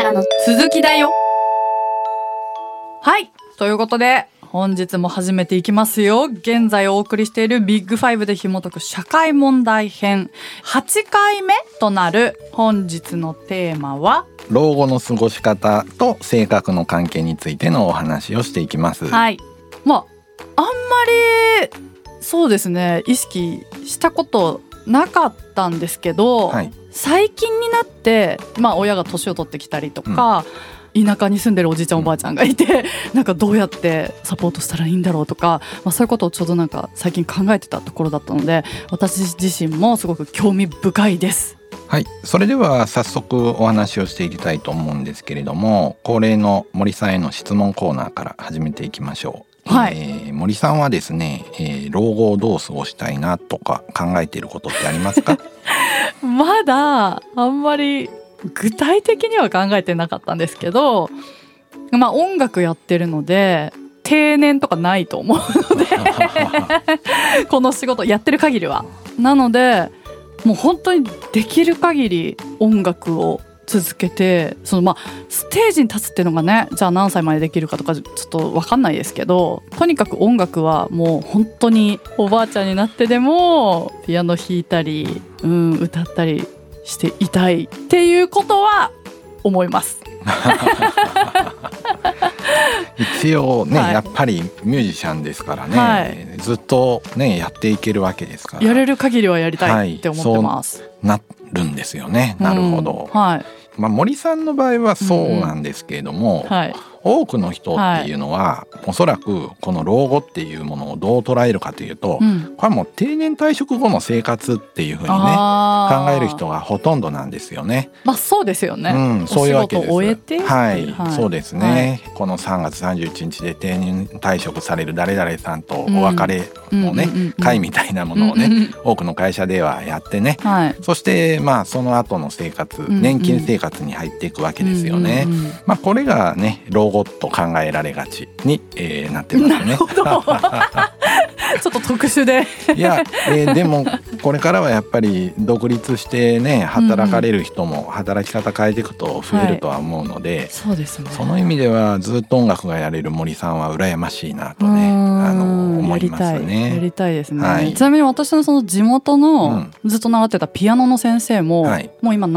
からの続きだよ。はい、ということで本日も始めていきますよ。現在お送りしているビッグ5で紐解く社会問題編8回目となる本日のテーマは、 老後の過ごし方と性格の関係についてのお話をしていきます。 はい、あんまりそうですね、意識したことなかったんですけど、 はい、 最近になって、親が年を取ってきたりとか、田舎に住んでるおじいちゃんおばあちゃんがいて、なんかどうやってサポートしたらいいんだろうとか、そういうことをちょうどなんか最近考えてたところだったので、私自身もすごく興味深いです。 はい、それでは早速お話をしていきたいと思うんですけれども、恒例の森さんへの質問コーナーから始めていきましょう。 はい、 森さんはですね、老後をどう過ごしたいなとか考えていることってありますか？ まだあんまり具体的には考えてなかったんですけど、音楽やってるので定年とかないと思うのでこの仕事やってる限りは。なのでもう本当にできる限り音楽を続けて、ステージに立つっていうのがね、じゃあ何歳までできるかとかちょっと分かんないですけど、とにかく音楽はもう本当におばあちゃんになってでもピアノ弾いたり、歌ったりしていたいっていうことは思います一応ね、 はい、 やっぱりミュージシャンですからね、 はい、 ずっとねやっていけるわけですから、 やれる限りはやりたいって思ってます、 そうなるんですよね。なるほど、 はい、 森さんの場合はそうなんですけれども、 はい、 多くの人っていうのは、おそらくこの老後っていうものをどう捉えるかというと、これはもう定年退職後の生活っていうふうにね考える人がほとんどなんですよね。 そうですよね、 そういうわけです。 お仕事を終えて、 はい、そうですね、この3月31日で定年退職される誰々さんとお別れのね、会みたいなものをね、多くの会社ではやってね、そしてその後の生活、年金生活に入っていくわけですよね。これがね老後と考えられがちに、なってますね。 なるほどちょっと特殊でいや、でもこれからはやっぱり独立してね働かれる人も働き方変えていくと増えるとは思うので、 そうですね、 その意味ではずっと音楽がやれる森さんは羨ましいなとね思いますね。 やりたいですね、ちなみに私のその地元のずっと習ってたピアノの先生も、もう今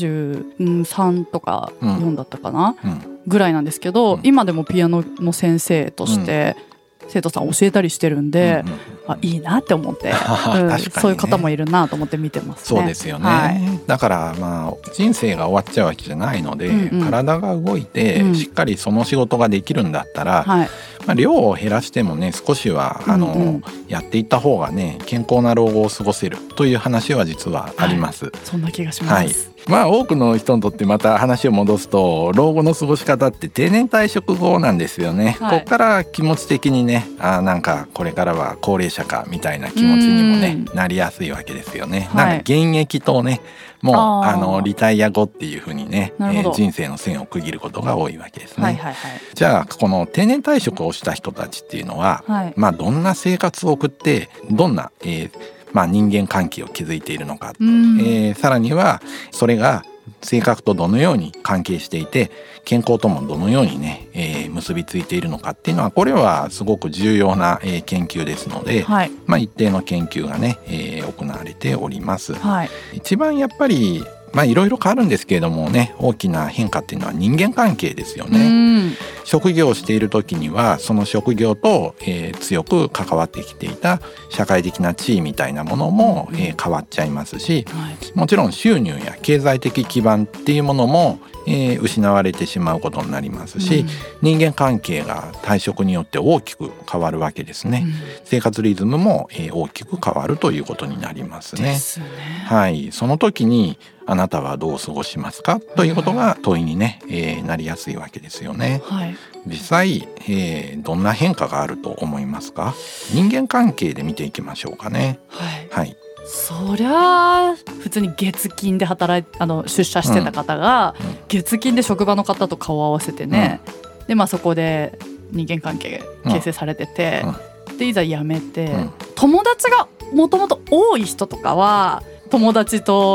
73とか4だったかな、ぐらいなんですけど、今でもピアノの先生として生徒さん教えたりしてるんで、いいなって思って、そういう方もいるなと思って見てますね。 そうですよね、だから人生が終わっちゃうわけじゃないので、体が動いてしっかりその仕事ができるんだったら、量を減らしてもね少しはやっていった方がね健康な老後を過ごせるという話は実はあります、 そんな気がします、 多くの人にとってまた話を戻すと、老後の過ごし方って定年退職後なんですよね、ここから気持ち的にねなんかこれからは高齢者かみたいな気持ちにもねなりやすいわけですよね、なんか現役とねもうリタイア後っていう風にね、人生の線を区切ることが多いわけですね、じゃあこの定年退職をした人たちっていうのは、どんな生活を送ってどんな、人間関係を築いているのか、さらにはそれが性格とどのように関係していて健康ともどのようにね、結びついているのかっていうのは、これはすごく重要な、研究ですので、一定の研究がね、行われております、一番やっぱりいろいろ変わるんですけれどもね、大きな変化っていうのは人間関係ですよね。職業をしている時にはその職業と、強く関わってきていた社会的な地位みたいなものも、変わっちゃいますし、もちろん収入や経済的基盤っていうものも、失われてしまうことになりますし、人間関係が退職によって大きく変わるわけですね、生活リズムも、大きく変わるということになりますね。その時にあなたはどう過ごしますかということが問いに、ねなりやすいわけですよね。実際、どんな変化があると思いますか？人間関係で見ていきましょうかね。 そりゃあ普通に月金で出社してた方が、月金で職場の方と顔を合わせてね、でそこで人間関係形成されてて、でいざ辞めて、友達がもともと多い人とかは友達と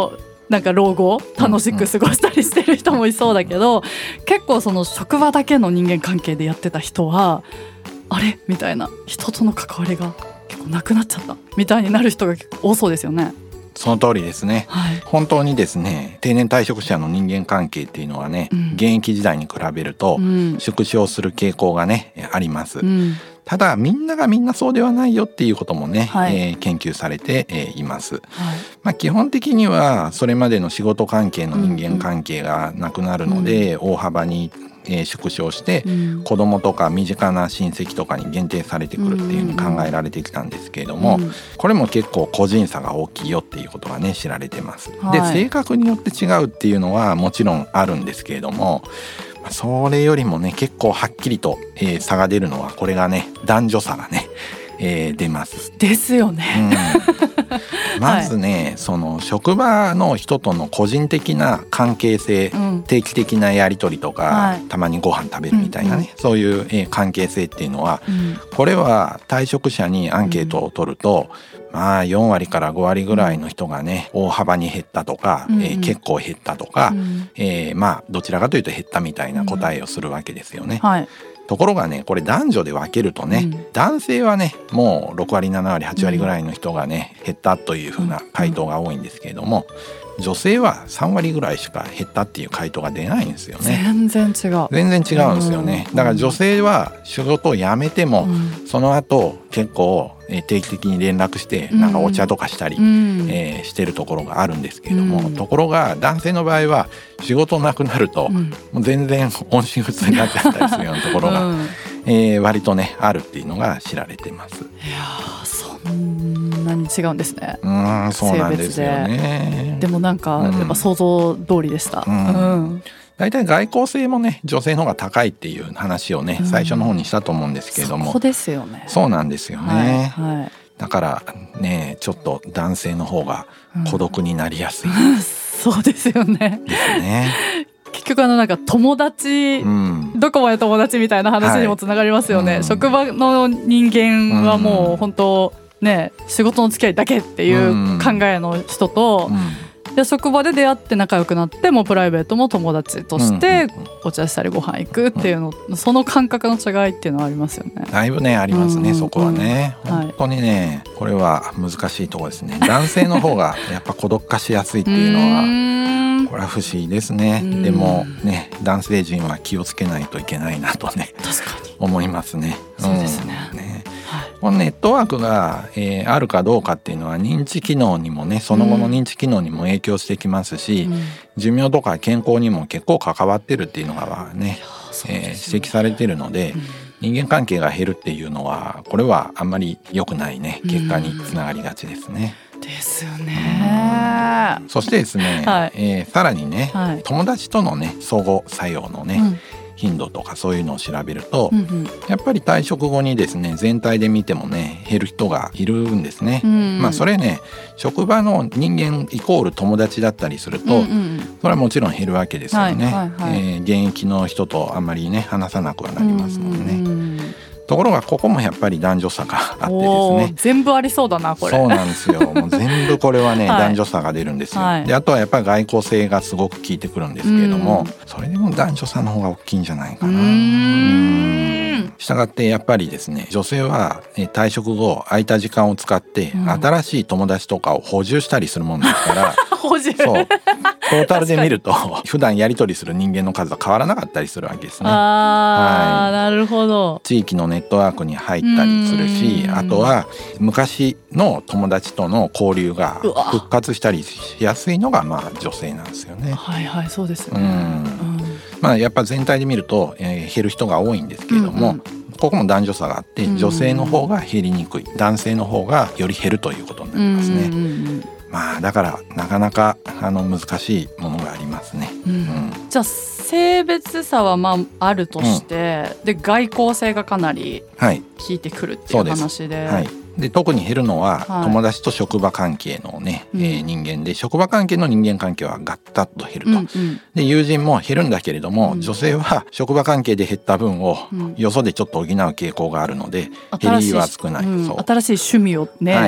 なんか老後楽しく過ごしたりしてる人もいそうだけど、結構その職場だけの人間関係でやってた人はあれみたいな、人との関わりが結構なくなっちゃったみたいになる人が結構多そうですよね。 その通りですね、はい、本当にですね、定年退職者の人間関係っていうのはね、現役時代に比べると縮小する傾向がね、あります、ただみんながみんなそうではないよっていうこともね、研究されて、います、基本的にはそれまでの仕事関係の人間関係がなくなるので、大幅に縮小して、子供とか身近な親戚とかに限定されてくるっていうふうに考えられてきたんですけれども、これも結構個人差が大きいよっていうことがね知られてます、で性格によって違うっていうのはもちろんあるんですけれども、それよりもね結構はっきりと、差が出るのはこれがね、男女差がね、出ますですよね、 まずね、その職場の人との個人的な関係性、定期的なやり取りとか、たまにご飯食べるみたいなね、そういう、関係性っていうのは、これは退職者にアンケートを取ると、4割から5割ぐらいの人がね大幅に減ったとか、結構減ったとか、どちらかというと減ったみたいな答えをするわけですよね、ところがねこれ男女で分けるとね、男性はねもう6割7割8割ぐらいの人がね減ったというふうな回答が多いんですけれども、女性は3割ぐらいしか減ったっていう回答が出ないんですよね。 全然違うんですよね。だから女性は仕事を辞めても、その後結構定期的に連絡してなんかお茶とかしたり、してるところがあるんですけれども、ところが男性の場合は仕事なくなると、もう全然音信不通になっちゃったりするようなところが、割とねあるっていうのが知られてます。 いやそんなに違うんですね。 そうなんですよね。 でもなんかやっぱ想像通りでした。 だいたい外交性もね女性の方が高いっていう話をね、最初の方にしたと思うんですけれども、 そこですよね。 そうなんですよね、だからねちょっと男性の方が孤独になりやすい、 そうですよね。 ですね。 結局なんか友達、どこまで友達みたいな話にもつながりますよね、職場の人間はもう本当ね仕事の付き合いだけっていう考えの人と、で職場で出会って仲良くなってもうプライベートも友達としてお茶したりご飯行くっていうの、その感覚の違いっていうのはありますよね。 だいぶねありますね、そこはね、本当にねこれは難しいところですね。男性の方がやっぱ孤独化しやすいっていうのはこれは不思議ですね。でもね男性陣は気をつけないといけないなとね思いますね。 そうですね。 このネットワークが、あるかどうかっていうのは認知機能にもねその後の認知機能にも影響してきますし、寿命とか健康にも結構関わってるっていうのがね、指摘されてるので、人間関係が減るっていうのはこれはあんまり良くないね結果につながりがちですね。 ですよね。 そしてですね、さらにね、友達とのね相互作用のね、頻度とかそういうのを調べると、やっぱり退職後にですね全体で見てもね減る人がいるんですね。それね職場の人間イコール友達だったりすると、それはもちろん減るわけですよね。現役の人とあんまりね話さなくはなりますもんね。ところがここもやっぱり男女差があってですね、 全部ありそうだなこれ。 そうなんですよ。もう全部これはね、男女差が出るんですよ、であとはやっぱり外交性がすごく効いてくるんですけれども、それでも男女差の方が大きいんじゃないかな。したがってやっぱりですね女性は退職後空いた時間を使って新しい友達とかを補充したりするもんですから補充そうトータルで見ると普段やり取りする人間の数は変わらなかったりするわけですね。 なるほど。 地域のネットワークに入ったりするし、あとは昔の友達との交流が復活したりしやすいのが女性なんですよね。 そうですよね。 やっぱ全体で見ると、減る人が多いんですけれども、ここも男女差があって女性の方が減りにくい、男性の方がより減るということになりますね。だからなかなか難しいものがありますね。じゃあ性別差はあるとして、で外交性がかなり効いてくるっていう話で、 で特に減るのは友達と職場関係のね、人間で職場関係の人間関係はガッタッと減ると、で友人も減るんだけれども、女性は職場関係で減った分をよそでちょっと補う傾向があるので減りは少ない。 新しい趣味をね、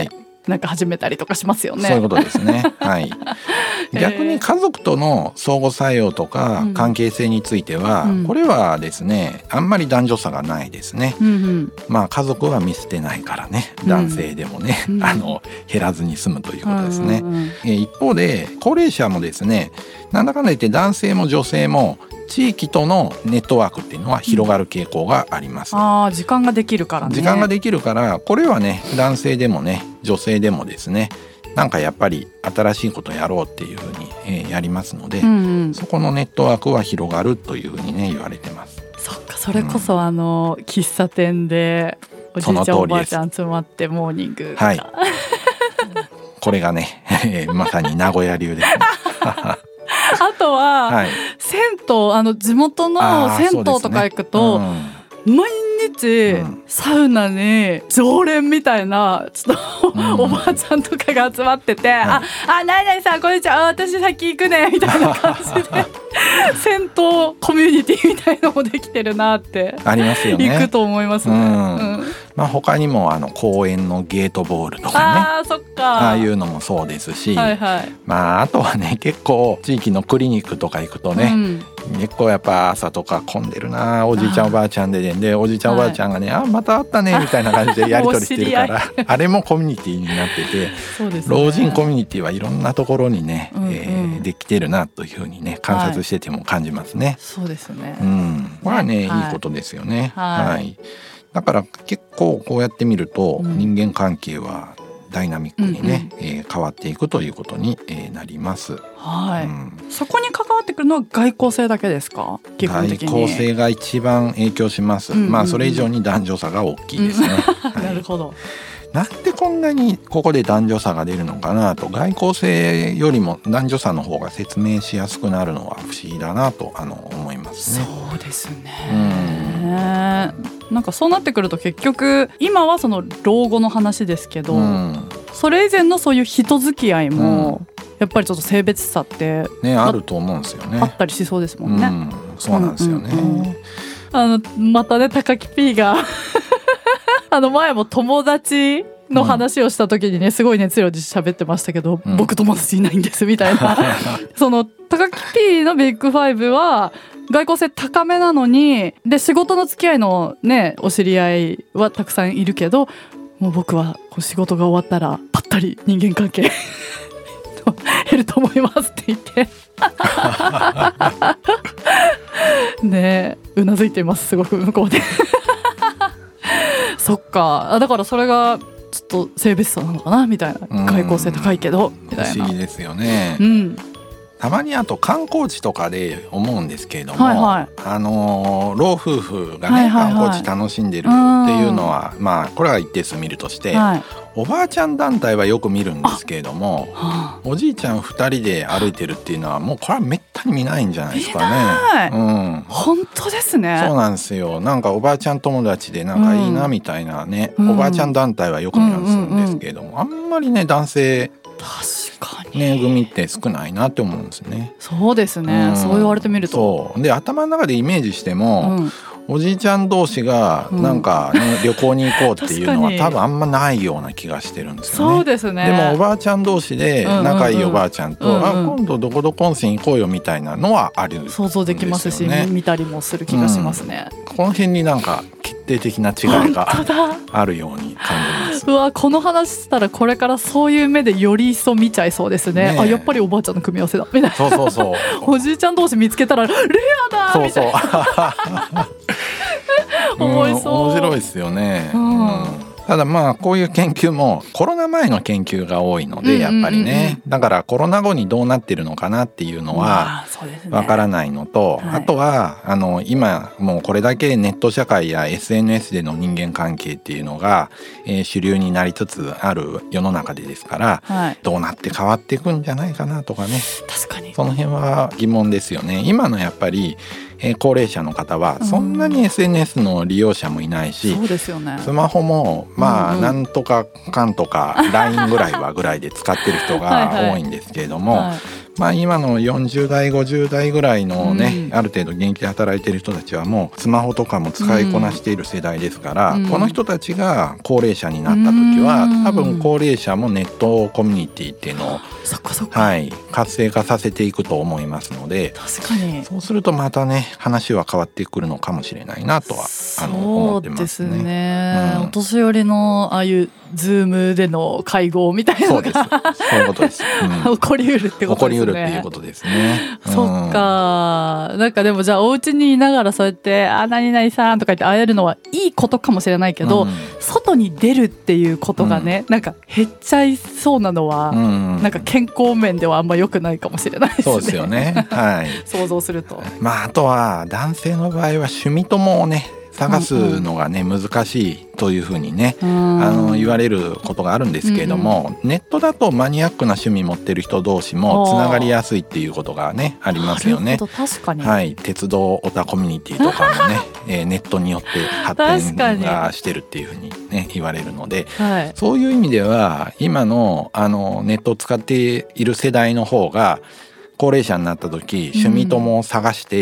なんか始めたりとかしますよね。 そういうことですね。はい。逆に家族との相互作用とか関係性については、これはですねあんまり男女差がないですね。まあ家族は見捨てないからね、男性でもね、減らずに済むということですね。一方で高齢者もですね、なんだかんだ言って男性も女性も地域とのネットワークっていうのは広がる傾向があります。 時間ができるからね。 時間ができるから、これはね男性でもね女性でもですね、なんかやっぱり新しいことをやろうっていうふうに、やりますので、そこのネットワークは広がるというふうにね言われてます。 そっか、それこそ喫茶店でおじいちゃんおばあちゃん集まってモーニングとか、はい、 これがねまさに名古屋流ですね。 あとは、はい、銭湯地元の銭湯とか行くと、毎日、サウナに常連みたいなちょっと、おばあちゃんとかが集まってて、何々さんこんにちは、私先行くねみたいな感じで銭湯コミュニティみたいのもできてるなってありますよね。 行くと思いますね。 まあ、他にも公園のゲートボールとかね、 そっか、 ああいうのもそうですし、まあ、あとはね結構地域のクリニックとか行くとね、結構やっぱ朝とか混んでるな、おじいちゃんおばあちゃんでおじいちゃんおばあちゃんがね、また会ったねみたいな感じでやり取りしてるからあれもコミュニティになってて、そうですね、老人コミュニティはいろんなところにね、できてるなというふうにね観察してても感じますね。 そうですね。 これはね、いいことですよね。だから結構こうやって見ると、人間関係はダイナミックにね、変わっていくということに、なります。 そこに関わってくるのは外交性だけですか？基本的に外交性が一番影響します。まあそれ以上に男女差が大きいですね。 なるほど。 なんでこんなにここで男女差が出るのかなと、外交性よりも男女差の方が説明しやすくなるのは不思議だなと思いますね。 そうですね。なんかそうなってくると結局今はその老後の話ですけど、それ以前のそういう人付き合いも、やっぱりちょっと性別差ってねあると思うんですよね。 あったりしそうですもんね。 そうなんですよね。 またね高木 P が前も友達の話をした時にね、すごい熱量で喋ってましたけど、僕友達いないんですみたいなその高木 P のビッグファイブは外交性高めなのに、で仕事の付き合いのねお知り合いはたくさんいるけど、もう僕は仕事が終わったらぱったり人間関係減ると思いますって言ってねえうなずいています、すごく向こうでそっか、だからそれがちょっと性別差なのかなみたいな、外交性高いけどみたいな。 不思議ですよね。たまにあと観光地とかで思うんですけれども、老夫婦がね、観光地楽しんでるっていうのは、まあこれは一定数見るとして、おばあちゃん団体はよく見るんですけれども、おじいちゃん2人で歩いてるっていうのはもうこれはめったに見ないんじゃないですかね。 本当ですね。 そうなんですよ。なんかおばあちゃん友達でなんかいいなみたいなね、おばあちゃん団体はよく見るんですけれども、あんまりね男性確かにね組って少ないなって思うんですね。 そうですね、そう言われてみると。 そうで頭の中でイメージしても、おじいちゃん同士がなんか、旅行に行こうっていうのは多分あんまないような気がしてるんですよね。 そうですね。 でもおばあちゃん同士で仲いいおばあちゃんと、今度どこどこ温泉行こうよみたいなのはあるんですよね。 想像できますし、見たりもする気がしますね。 この辺になんか決定的な違いがあるように感じます。 うわ、この話したらこれからそういう目でより一層見ちゃいそうですね。やっぱりおばあちゃんの組み合わせだみたいな。そうおじいちゃん同士見つけたらレアだみたいな面白いですよね。ただまあこういう研究もコロナ前の研究が多いので、やっぱりね、だからコロナ後にどうなってるのかなっていうのはわからないのと、あとは今もうこれだけネット社会や SNS での人間関係っていうのが、主流になりつつある世の中でですから、どうなって変わっていくんじゃないかなとかね。 確かにその辺は疑問ですよね。今のやっぱり高齢者の方はそんなに SNS の利用者もいないし、 そうですよね、 スマホもまあなんとかかんとか LINE ぐらいはぐらいで使ってる人が多いんですけれども、 今の40代50代ぐらいのね、ある程度現役で働いている人たちはもうスマホとかも使いこなしている世代ですから、この人たちが高齢者になった時は、多分高齢者もネットコミュニティっていうのを活性化させていくと思いますので、 確かにそうするとまたね話は変わってくるのかもしれないなとは思ってますね。 そうですね、お年寄りのああいうズームでの会合みたいなのがそういうことです、 起こりうるってことですね。 起こりうるっていうことですね。 そっか。なんかでもじゃあお家にいながらそうやって何々さんとか言って会えるのはいいことかもしれないけど、外に出るっていうことがね、なんか減っちゃいそうなのは、なんか健康面ではあんま良くないかもしれないですね。 そうですよね。はい。 想像すると。 あとは男性の場合は趣味友をね探すのがね、難しいというふうにね、言われることがあるんですけれども、ネットだとマニアックな趣味持ってる人同士もつながりやすいっていうことがねありますよね。 確かに、 はい、鉄道オタコミュニティとかもね、ネットによって発展がしてるっていうふうにね言われるので、そういう意味では今のネットを使っている世代の方が高齢者になった時趣味友を探して、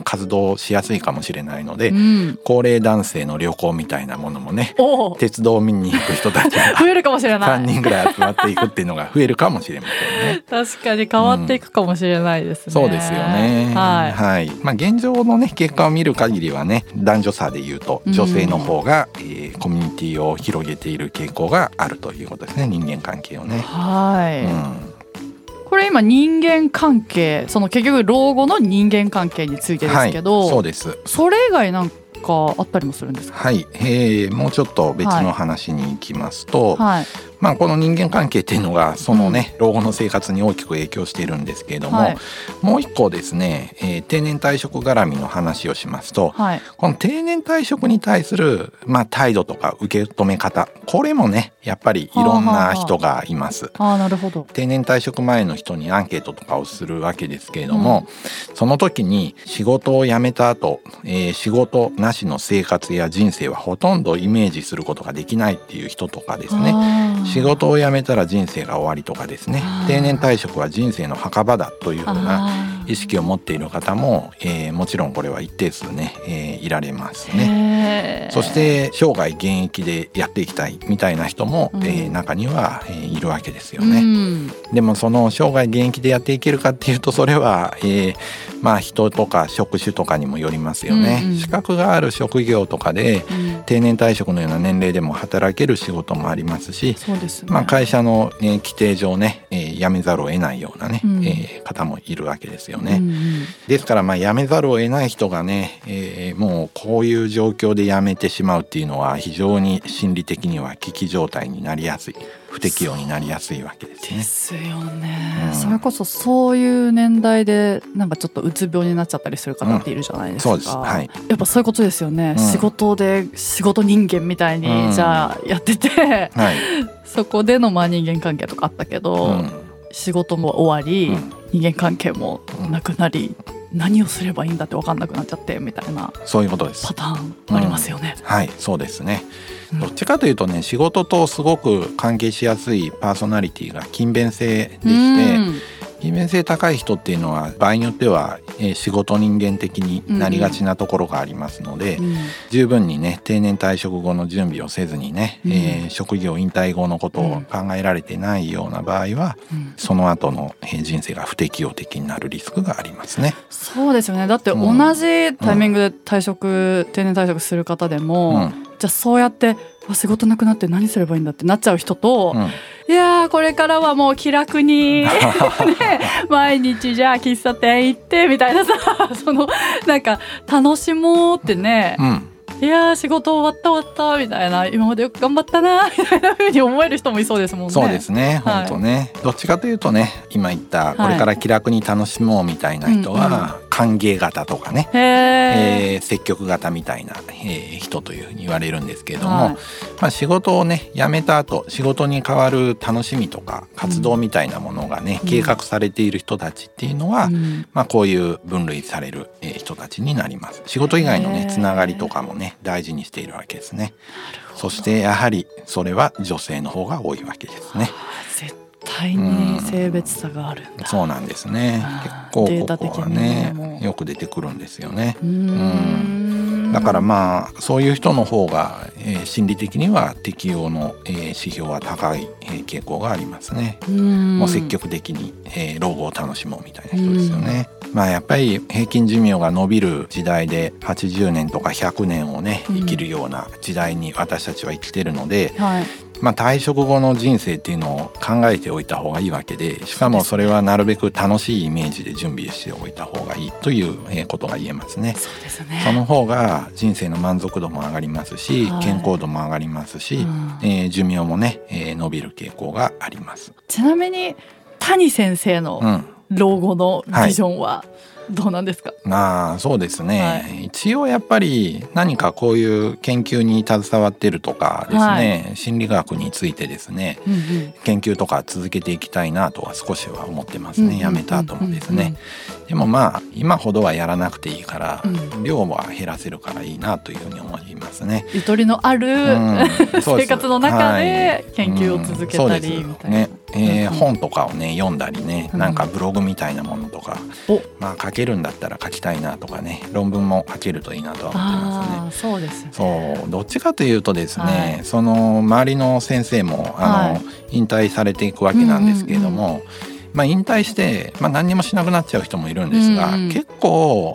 活動しやすいかもしれないので、高齢男性の旅行みたいなものもね、鉄道を見に行く人たちが増えるかもしれない 3人ぐらい集まっていくっていうのが増えるかもしれませんね。 確かに変わっていくかもしれないですね。 そうですよね。はい。現状のね結果を見る限りはね、男女差でいうと女性の方が、コミュニティを広げている傾向があるということですね。人間関係をね。 これ今人間関係、その結局老後の人間関係についてですけど、 そうです。 それ以外なんかあったりもするんですか？ はい、もうちょっと別の話に行きますと、この人間関係っていうのがそのね、老後の生活に大きく影響しているんですけれども、もう一個ですね、定年退職絡みの話をしますと、この定年退職に対する、態度とか受け止め方、これもねやっぱりいろんな人がいます。 なるほど。 定年退職前の人にアンケートとかをするわけですけれども、その時に仕事を辞めた後、仕事なしの生活や人生はほとんどイメージすることができないっていう人とかですね、仕事を辞めたら人生が終わりとかですね、定年退職は人生の墓場だというふうな意識を持っている方も、もちろんこれは一定数ね、いられますね。そして生涯現役でやっていきたいみたいな人も、中にはいるわけですよね。でもその生涯現役でやっていけるかっていうと、それは、人とか職種とかにもよりますよね。資格がある職業とかで、定年退職のような年齢でも働ける仕事もありますし、会社の、規定上ね、辞めざるを得ないようなね、方もいるわけですよね。ですから辞めざるを得ない人がね、もうこういう状況で辞めてしまうっていうのは非常に心理的には危機状態になりやすい、不適応になりやすいわけですね。 ですよね。それこそそういう年代でなんかちょっとうつ病になっちゃったりする方っているじゃないですか。 そうです。 やっぱそういうことですよね。仕事で仕事人間みたいにじゃあやってて、そこでの人間関係とかあったけど、仕事も終わり、人間関係もなくなり、何をすればいいんだって分かんなくなっちゃってみたいな、 そういうことです。 パターンありますよね。 そうですね。どっちかというとね、仕事とすごく関係しやすいパーソナリティが勤勉性でして、勤勉性高い人っていうのは場合によっては、仕事人間的になりがちなところがありますので、十分にね定年退職後の準備をせずにね、職業引退後のことを考えられてないような場合は、その後の人生が不適応的になるリスクがありますね。 そうですよね。だって同じタイミングで定年退職する方でも、じゃあそうやって仕事なくなって何すればいいんだってなっちゃう人と、いやこれからはもう気楽に、毎日じゃあ喫茶店行ってみたいなさ、そのなんか楽しもうってね、いや仕事終わったみたいな、今までよく頑張ったなみたいな風に思える人もいそうですもんね。 そうですね、本当ね、どっちかというとね、今言ったこれから気楽に楽しもうみたいな人は、歓迎型とかね、積極型みたいな、人というふうに言われるんですけれども、仕事をね辞めた後、仕事に代わる楽しみとか活動みたいなものがね、計画されている人たちっていうのは、こういう分類される、人たちになります。仕事以外のねつながりとかもね大事にしているわけですね。そしてやはりそれは女性の方が多いわけですね。 絶対に性別差があるんだ。 そうなんですね。結構ここはねよく出てくるんですよね。だからまあそういう人の方が、心理的には適応の、指標は高い、傾向がありますね。もう積極的に、老後を楽しもうみたいな人ですよね。まあやっぱり平均寿命が伸びる時代で80年とか100年をね生きるような時代に私たちは生きてるので、まあ、退職後の人生っていうのを考えておいた方がいいわけで、しかもそれはなるべく楽しいイメージで準備しておいた方がいいということが言えますね。 そうですね。 その方が人生の満足度も上がりますし、健康度も上がりますし、寿命もね、伸びる傾向があります。 ちなみに谷先生の老後のビジョンはどうなんですか？ そうですね、一応やっぱり何かこういう研究に携わってるとかですね、心理学についてですね、研究とか続けていきたいなとは少しは思ってますね。辞めた後もですね。でもまあ今ほどはやらなくていいから、量は減らせるからいいなというふうに思いますね。 ゆとりのある、生活の中で研究を続けたりみたいな、 本とかをね読んだりね、なんかブログみたいなものとか、まあ書けるんだったら書きたいなとかね、論文も書けるといいなとは思ってますね。そうですね。そう、どっちかというとですね、その周りの先生も引退されていくわけなんですけれども、まあ、引退して、何にもしなくなっちゃう人もいるんですが、結構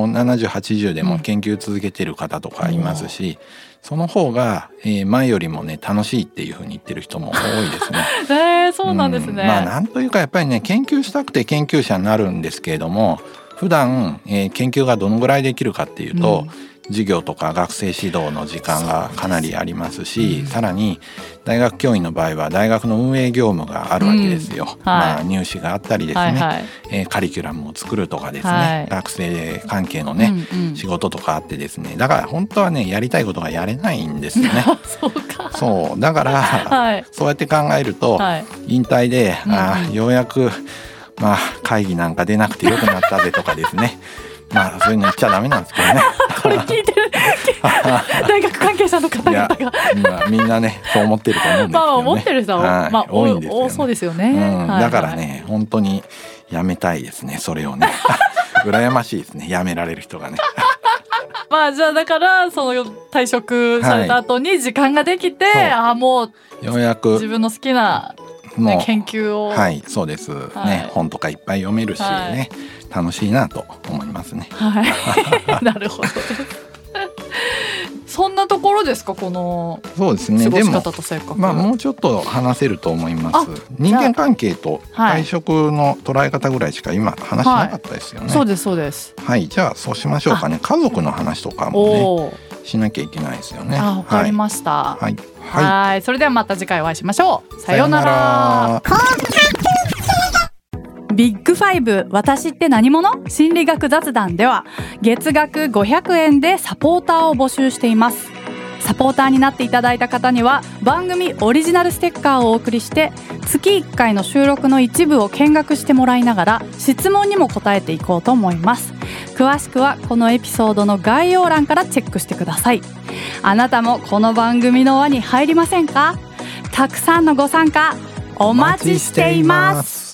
70、80でも研究続けてる方とかいますし、その方が、前よりもね楽しいっていう風に言ってる人も多いですね。 そうなんですね。 なんというかやっぱりね、研究したくて研究者になるんですけれども、普段、研究がどのぐらいできるかっていうと、授業とか学生指導の時間がかなりありますし、さらに大学教員の場合は大学の運営業務があるわけですよ。入試があったりですね、カリキュラムを作るとかですね、学生関係のね、仕事とかあってですね、だから本当はねやりたいことがやれないんですよね。そうだから、そうやって考えると、引退で、ようやく会議なんか出なくてよくなったぜとかですねそういうの言っちゃダメなんですけどね。 これ聞いてる大学関係者の方々がみんなねそう思ってると思うんですけどね。 思ってる人は、多いんですよね。そうですよね。 だからね、本当にやめたいですね、それをね。羨ましいですね、やめられる人がね。 じゃあだからその退職された後に時間ができて、もうようやく自分の好きな研究を、 そうですね、本とかいっぱい読めるしね、楽しいなと思いますね。 なるほど。そんなところですか、このそうですね。 過ごし方と性格。 もうちょっと話せると思います。人間関係と退職の捉え方ぐらいしか今話しなかったですよね。 そうですそうです。 じゃあそうしましょうかね。家族の話とかもねしなきゃいけないですよね。 わかりました。それではまた次回お会いしましょう。さようなら。ビッグファイブ、私って何者？心理学雑談では月額500円でサポーターを募集しています。サポーターになっていただいた方には番組オリジナルステッカーをお送りして、月1回の収録の一部を見学してもらいながら質問にも答えていこうと思います。詳しくはこのエピソードの概要欄からチェックしてください。あなたもこの番組の輪に入りませんか？たくさんのご参加お待ちしています。